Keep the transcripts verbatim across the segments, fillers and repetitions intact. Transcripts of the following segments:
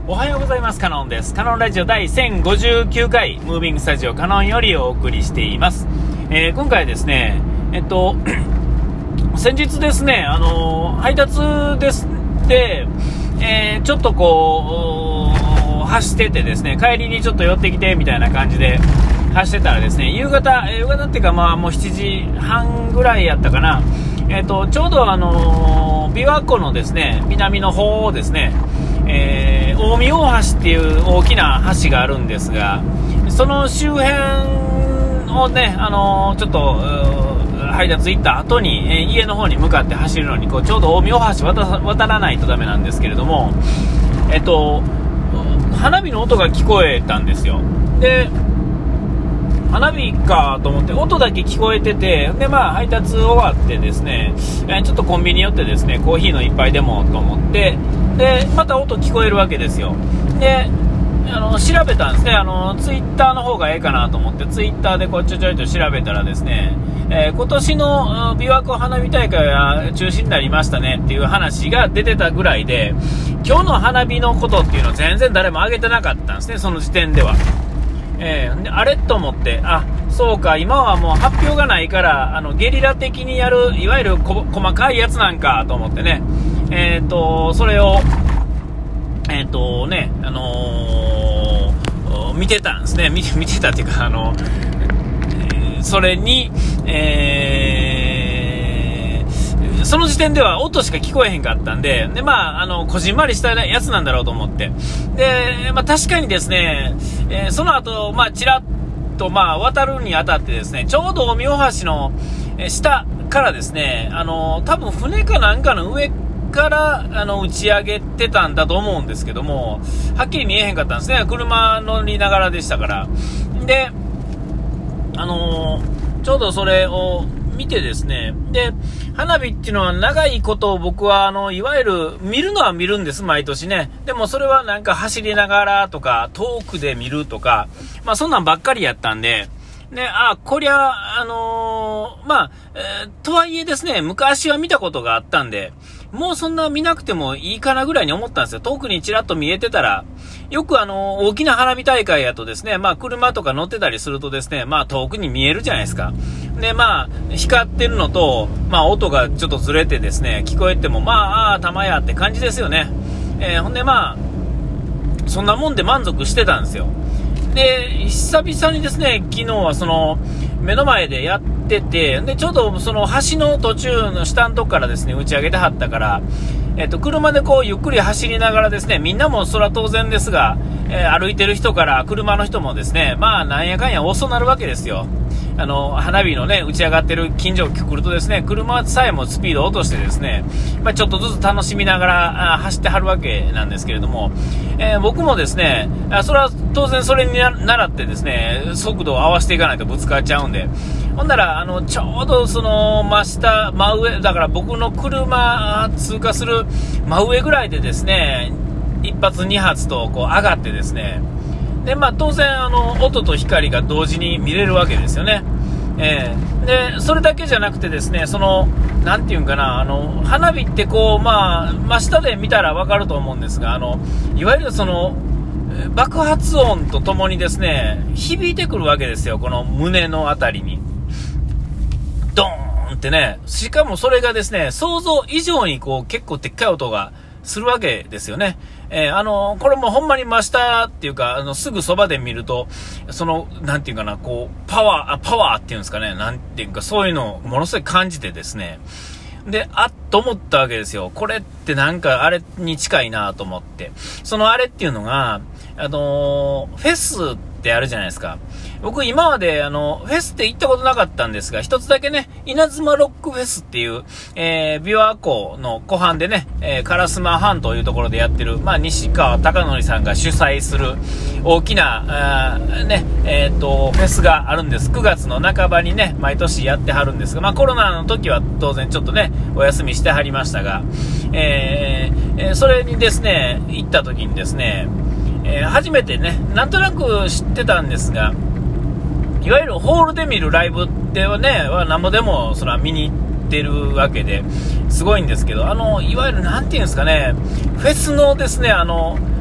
おはようございます。カノンです。カノンラジオ第せんごじゅうきゅうかいムービングスタジオカノンよりお送りしています。えー、今回はですねえっと先日ですねあの配達ですで、えー、ちょっとこう走っててですね帰りにちょっと寄ってきてみたいな感じで走ってたらですね夕方夕方っていうかまあもうしちじはんぐらいやったかな。えー、とちょうどあの琵琶湖のですね南の方をですね、えー、近江大橋っていう大きな橋があるんですが、その周辺をね、あのちょっと配達行った後に、えー、家の方に向かって走るのにこうちょうど近江大橋 渡, 渡らないとダメなんですけれども、えっ、ー、と花火の音が聞こえたんですよ。で花火かと思って音だけ聞こえてて、でまあ配達終わってですね、えー、ちょっとコンビニ寄ってですねコーヒーの一杯でもと思って、でまた音聞こえるわけですよ。であの調べたんですね。あのツイッターの方がええかなと思ってツイッターでこうちょちょいと調べたらですね、えー、今年の琵琶湖花火大会が中止になりましたねっていう話が出てたぐらいで、今日の花火のことっていうのを全然誰も挙げてなかったんですね、その時点では。えー、であれと思って、あ、そうか、今はもう発表がないからあのゲリラ的にやるいわゆるこ細かいやつなんかと思ってね、えーとそれをえーとねあのー、見てたんですね。見て見てたっていうかあの、えー、それに、えー、その時点では音しか聞こえへんかったんで、でまああのこじんまりしたやつなんだろうと思って、でまあ確かにですね、えー、その後まあちらっとまあ渡るにあたってですね、ちょうど近江大橋の下からですね、あの多分船かなんかの上からあの打ち上げてたんだと思うんですけども、はっきり見えへんかったんですね。車乗りながらでしたから。であのー、ちょうどそれを見てですね、で花火っていうのは長いことを僕はあのいわゆる見るのは見るんです、毎年ね。でもそれはなんか走りながらとか遠くで見るとか、まあそんなんばっかりやったんで、ね、あ、こりゃあのー、まあ、えー、とはいえですね、昔は見たことがあったんで、もうそんな見なくてもいいかなぐらいに思ったんですよ。遠くにちらっと見えてたら、よくあの大きな花火大会やとですね、まあ車とか乗ってたりするとですね、まあ遠くに見えるじゃないですか。でまあ光ってるのと、まあ音がちょっとずれてですね聞こえても、まあああ玉やって感じですよね。えー、ほんでまあそんなもんで満足してたんですよ。で久々にですね、昨日はその目の前でやってて、でちょうどその橋の途中の下のとこからですね打ち上げてはったから、えっと、車でこうゆっくり走りながらですね、みんなもそれは当然ですが、えー、歩いてる人から車の人もですね、まあなんやかんや遅なるわけですよ。あの花火のね打ち上がってる近所に来るとですね、車さえもスピードを落としてですね、まあ、ちょっとずつ楽しみながらあ走ってはるわけなんですけれども、えー、僕もですねあそれは当然それに習ってですね速度を合わせていかないとぶつかっちゃうんで、ほんならあのちょうどその真下真上だから僕の車通過する真上ぐらいでですね一発二発とこう上がってですね、でまあ当然あの音と光が同時に見れるわけですよね。えー、でそれだけじゃなくてですね、そのなんていうんかな、あの花火ってこうまあ真下で見たらわかると思うんですが、あのいわゆるその爆発音とともにですね響いてくるわけですよ、この胸のあたりにドーンってね。しかもそれがですね想像以上にこう結構でっかい音がするわけですよね。えー、あのこれもほんまに真下っていうかあのすぐそばで見ると、そのなんていうかな、こうパワーあパワーっていうんですかね、なんていうかそういうのをものすごい感じてですね、であっと思ったわけですよ。これってなんかあれに近いなと思って、そのあれっていうのがあのー、フェスってあるじゃないですか。僕今まであのフェスって行ったことなかったんですが、一つだけね稲妻ロックフェスっていう、えー、琵琶湖の湖畔でね、えー、烏丸半というところでやってる、まあ、西川貴教さんが主催する大きなあねえー、とフェスがあるんです。くがつの半ばにね毎年やってはるんですが、まあ、コロナの時は当然ちょっとねお休みしてはりましたが、えー、それにですね行った時にですね、えー、初めてねなんとなく知ってたんですが、いわゆるホールで見るライブってはねなんぼでもそれは見に行ってるわけですごいんですけど、あのいわゆるなんていうんですかね、フェスのですねあの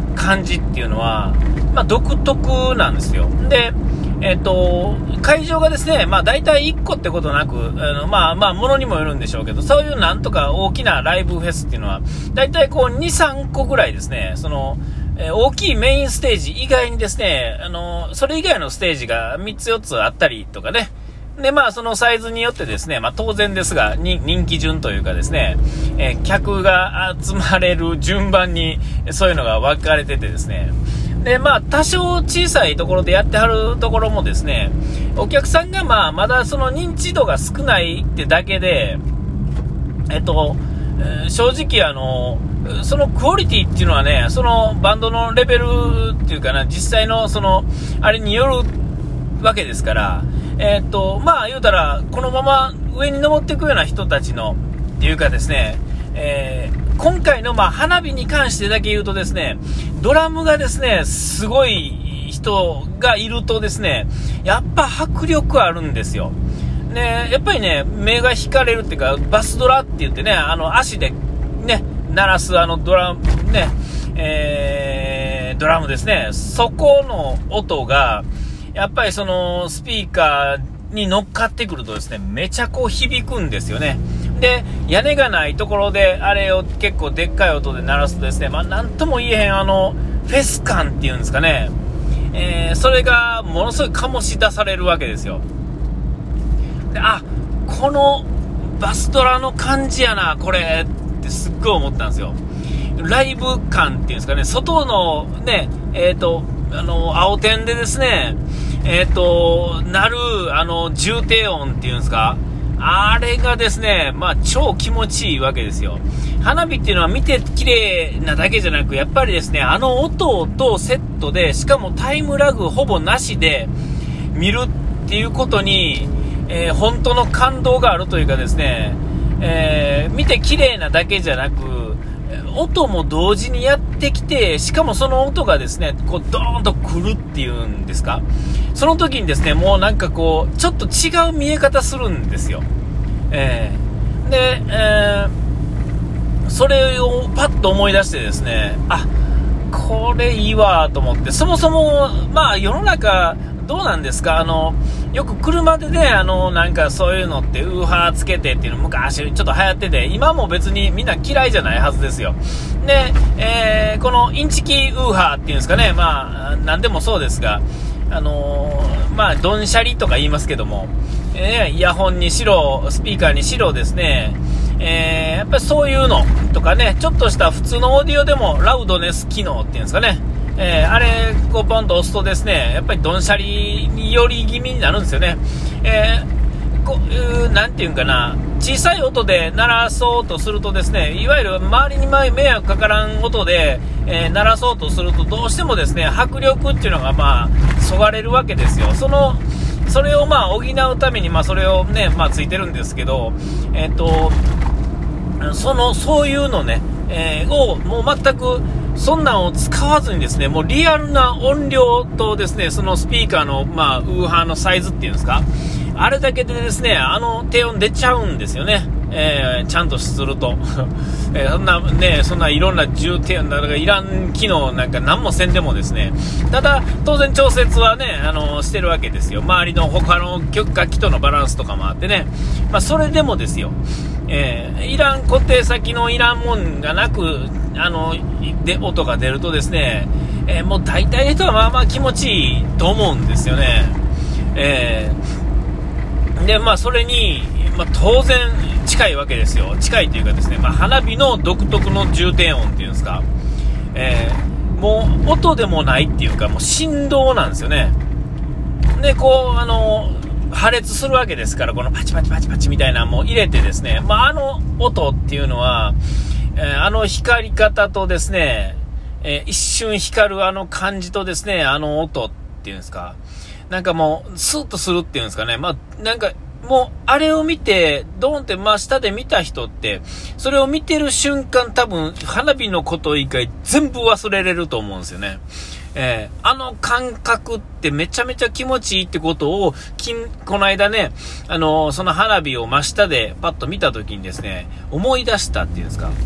感じっていうのは、まあ、独特なんですよ。で、えっと、会場がですね、まあ、大体いっこってことなく、あの、まあ、まあ、ものにもよるんでしょうけど、そういうなんとか大きなライブフェスっていうのは、大体こう、に、さんこぐらいですね、その、えー、大きいメインステージ以外にですね、あの、それ以外のステージがみっつよっつあったりとかね、で、まあ、そのサイズによってですね、まあ、当然ですが、に人気順というかですね、えー、客が集まれる順番に、そういうのが分かれててですね、で、まあ、多少小さいところでやってはるところもですね、お客さんがまあ、まだその認知度が少ないってだけで、えっと、えー、正直あの、そのクオリティっていうのはね、そのバンドのレベルっていうかな、実際のその、あれによるわけですから、えっと、まあ、言うたら、このまま上に登っていくような人たちの、っていうかですね、えー、今回のまあ花火に関してだけ言うとですね、ドラムがですね、すごい人がいるとですね、やっぱ迫力あるんですよ。ね、やっぱりね、目が引かれるっていうか、バスドラって言ってね、あの足でね、鳴らすあのドラム、ね、えー、ドラムですね、そこの音が、やっぱりそのスピーカーに乗っかってくるとですね、めちゃこう響くんですよね。で、屋根がないところであれを結構でっかい音で鳴らすとですね、まあなんとも言えへんあのフェス感っていうんですかね、えー、それがものすごい醸し出されるわけですよ。で、あ、このバスドラの感じやなこれってすっごい思ったんですよ。ライブ感っていうんですかね、外のね、えっとあの青天でですね、えっと鳴るあの重低音っていうんですか、あれがですね、まあ超気持ちいいわけですよ。花火っていうのは見て綺麗なだけじゃなく、やっぱりですね、あの音とセットで、しかもタイムラグほぼなしで見るっていうことに、えー、本当の感動があるというかですね、えー、見て綺麗なだけじゃなく、音も同時にやってきて、しかもその音がですね、こうドーンと来るっていうんですか、その時にですね、もうなんかこうちょっと違う見え方するんですよ。えー、で、えー、それをパッと思い出してですね、あ、これいいわと思って、そもそもまあ世の中どうなんですか、あのよく車でね、あのなんかそういうのってウーハーつけてっていうの昔ちょっと流行ってて、今も別にみんな嫌いじゃないはずですよ。で、えー、このインチキウーハーっていうんですかね、まあ何でもそうですが、あのー、まあドンシャリとか言いますけども、えー、イヤホンにしろスピーカーにしろですね、えー、やっぱりそういうのとかね、ちょっとした普通のオーディオでもラウドネス機能っていうんですかね、えー、あれこうポンと押すとですね、やっぱりドンシャリにより気味になるんですよね。えー、こういうなんていうんかな、小さい音で鳴らそうとするとですね、いわゆる周りに迷惑かからん音で、えー、鳴らそうとするとどうしてもですね、迫力っていうのがまあそがれるわけですよ。そのそれをまあ補うためにまあそれをね、まあついてるんですけど、えっとそのそういうのね、えー、をもう全くそんなんを使わずにですね、もうリアルな音量とですね、そのスピーカーのまあウーハーのサイズっていうんですか、あれだけでですね、あの低音出ちゃうんですよね。えー、ちゃんとすると、えー、そんなね、そんないろんな重低音だからいらん機能なんか何もせんでもですね、ただ当然調節はね、あのしてるわけですよ。周りの他の楽器とのバランスとかもあってね、まあそれでもですよ、えー、いらん固定先のいらんもんがなく、あので音が出るとですね、えー、もう大体の人はまあまあ気持ちいいと思うんですよね。えー、でまあそれに、まあ、当然近いわけですよ。近いというかですね、まあ、花火の独特の重低音っていうんですか、えー、もう音でもないっていうか、もう振動なんですよね。でこうあの破裂するわけですから、このパチパチパチパチみたいなもう入れてですね、まあ、あの音っていうのは、えー、あの光り方とですね、えー、一瞬光るあの感じとですね、あの音っていうんですか、なんかもうスーッとするっていうんですかね、まあなんかもうあれを見てドーンって真下で見た人って、それを見てる瞬間多分花火のこと以外全部忘れれると思うんですよね。えー、あの感覚ってめちゃめちゃ気持ちいいってことをきんこの間ね、あのー、その花火を真下でパッと見た時にですね思い出したっていうんですか、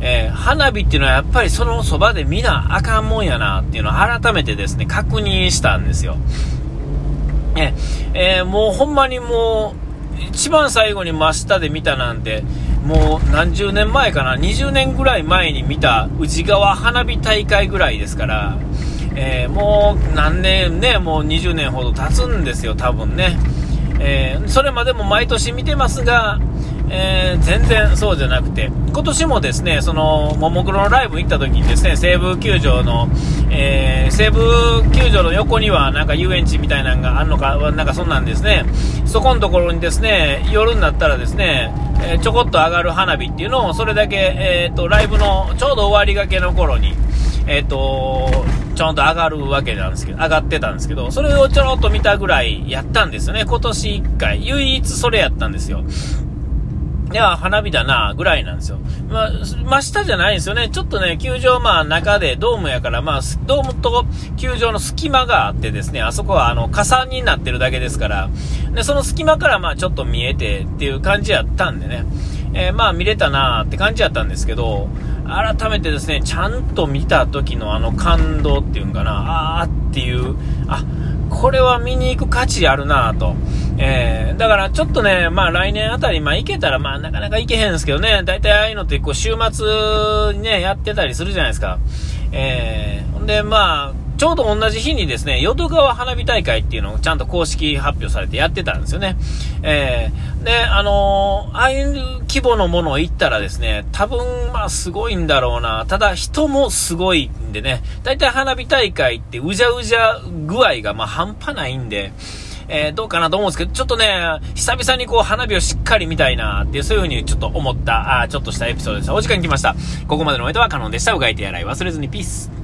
えー、花火っていうのはやっぱりそのそばで見なあかんもんやなっていうのを改めてですね、確認したんですよ。えーえー、もうほんまにもう、一番最後に真下で見たなんて、もう何十年前かな、にじゅうねんぐらい前に見た宇治川花火大会ぐらいですから、えー、もう何年ね、もうにじゅうねんほど経つんですよ、多分ね。えー、それまでも毎年見てますが、えー、全然そうじゃなくて、今年もですね、そのももクロのライブ行った時にですね、西武球場の、えー、西武球場の横にはなんか遊園地みたいなのがあるのか、なんかそんなんですね。そこのところにですね、夜になったらですね、えー、ちょこっと上がる花火っていうのをそれだけ、えー、とライブのちょうど終わりがけの頃に、えー、とちょんと上がるわけなんですけど、上がってたんですけど、それをちょろっと見たぐらいやったんですよね。今年いっかい唯一それやったんですよ。いや、花火だなぐらいなんですよ。まあ、真下じゃないんですよね。ちょっとね、球場、まあ中でドームやから、まあドームと球場の隙間があってですね、あそこはあの傘になってるだけですから、でその隙間からまあちょっと見えてっていう感じやったんでね、えー、まあ見れたなって感じやったんですけど、改めてですね、ちゃんと見た時のあの感動っていうんかな、あーっていう、あ、これは見に行く価値あるなと。えー、だからちょっとね、まあ来年あたり、まあ行けたら、まあなかなか行けへんですけどね、大体ああいうのってこう週末にね、やってたりするじゃないですか。えー、ほんでまあ、ちょうど同じ日にですね、淀川花火大会っていうのをちゃんと公式発表されてやってたんですよね。えー、で、あのー、ああいう規模のものを言ったらですね、多分まあすごいんだろうな。ただ人もすごいんでね、だいたい花火大会ってうじゃうじゃ具合がまあ半端ないんで、えー、どうかなと思うんですけど、ちょっとね、久々にこう花火をしっかり見たいなっていう、そういう風にちょっと思った、あちょっとしたエピソードでした。お時間来ました。ここまでのお相手はカノンでした。うがいて洗い忘れずにピース。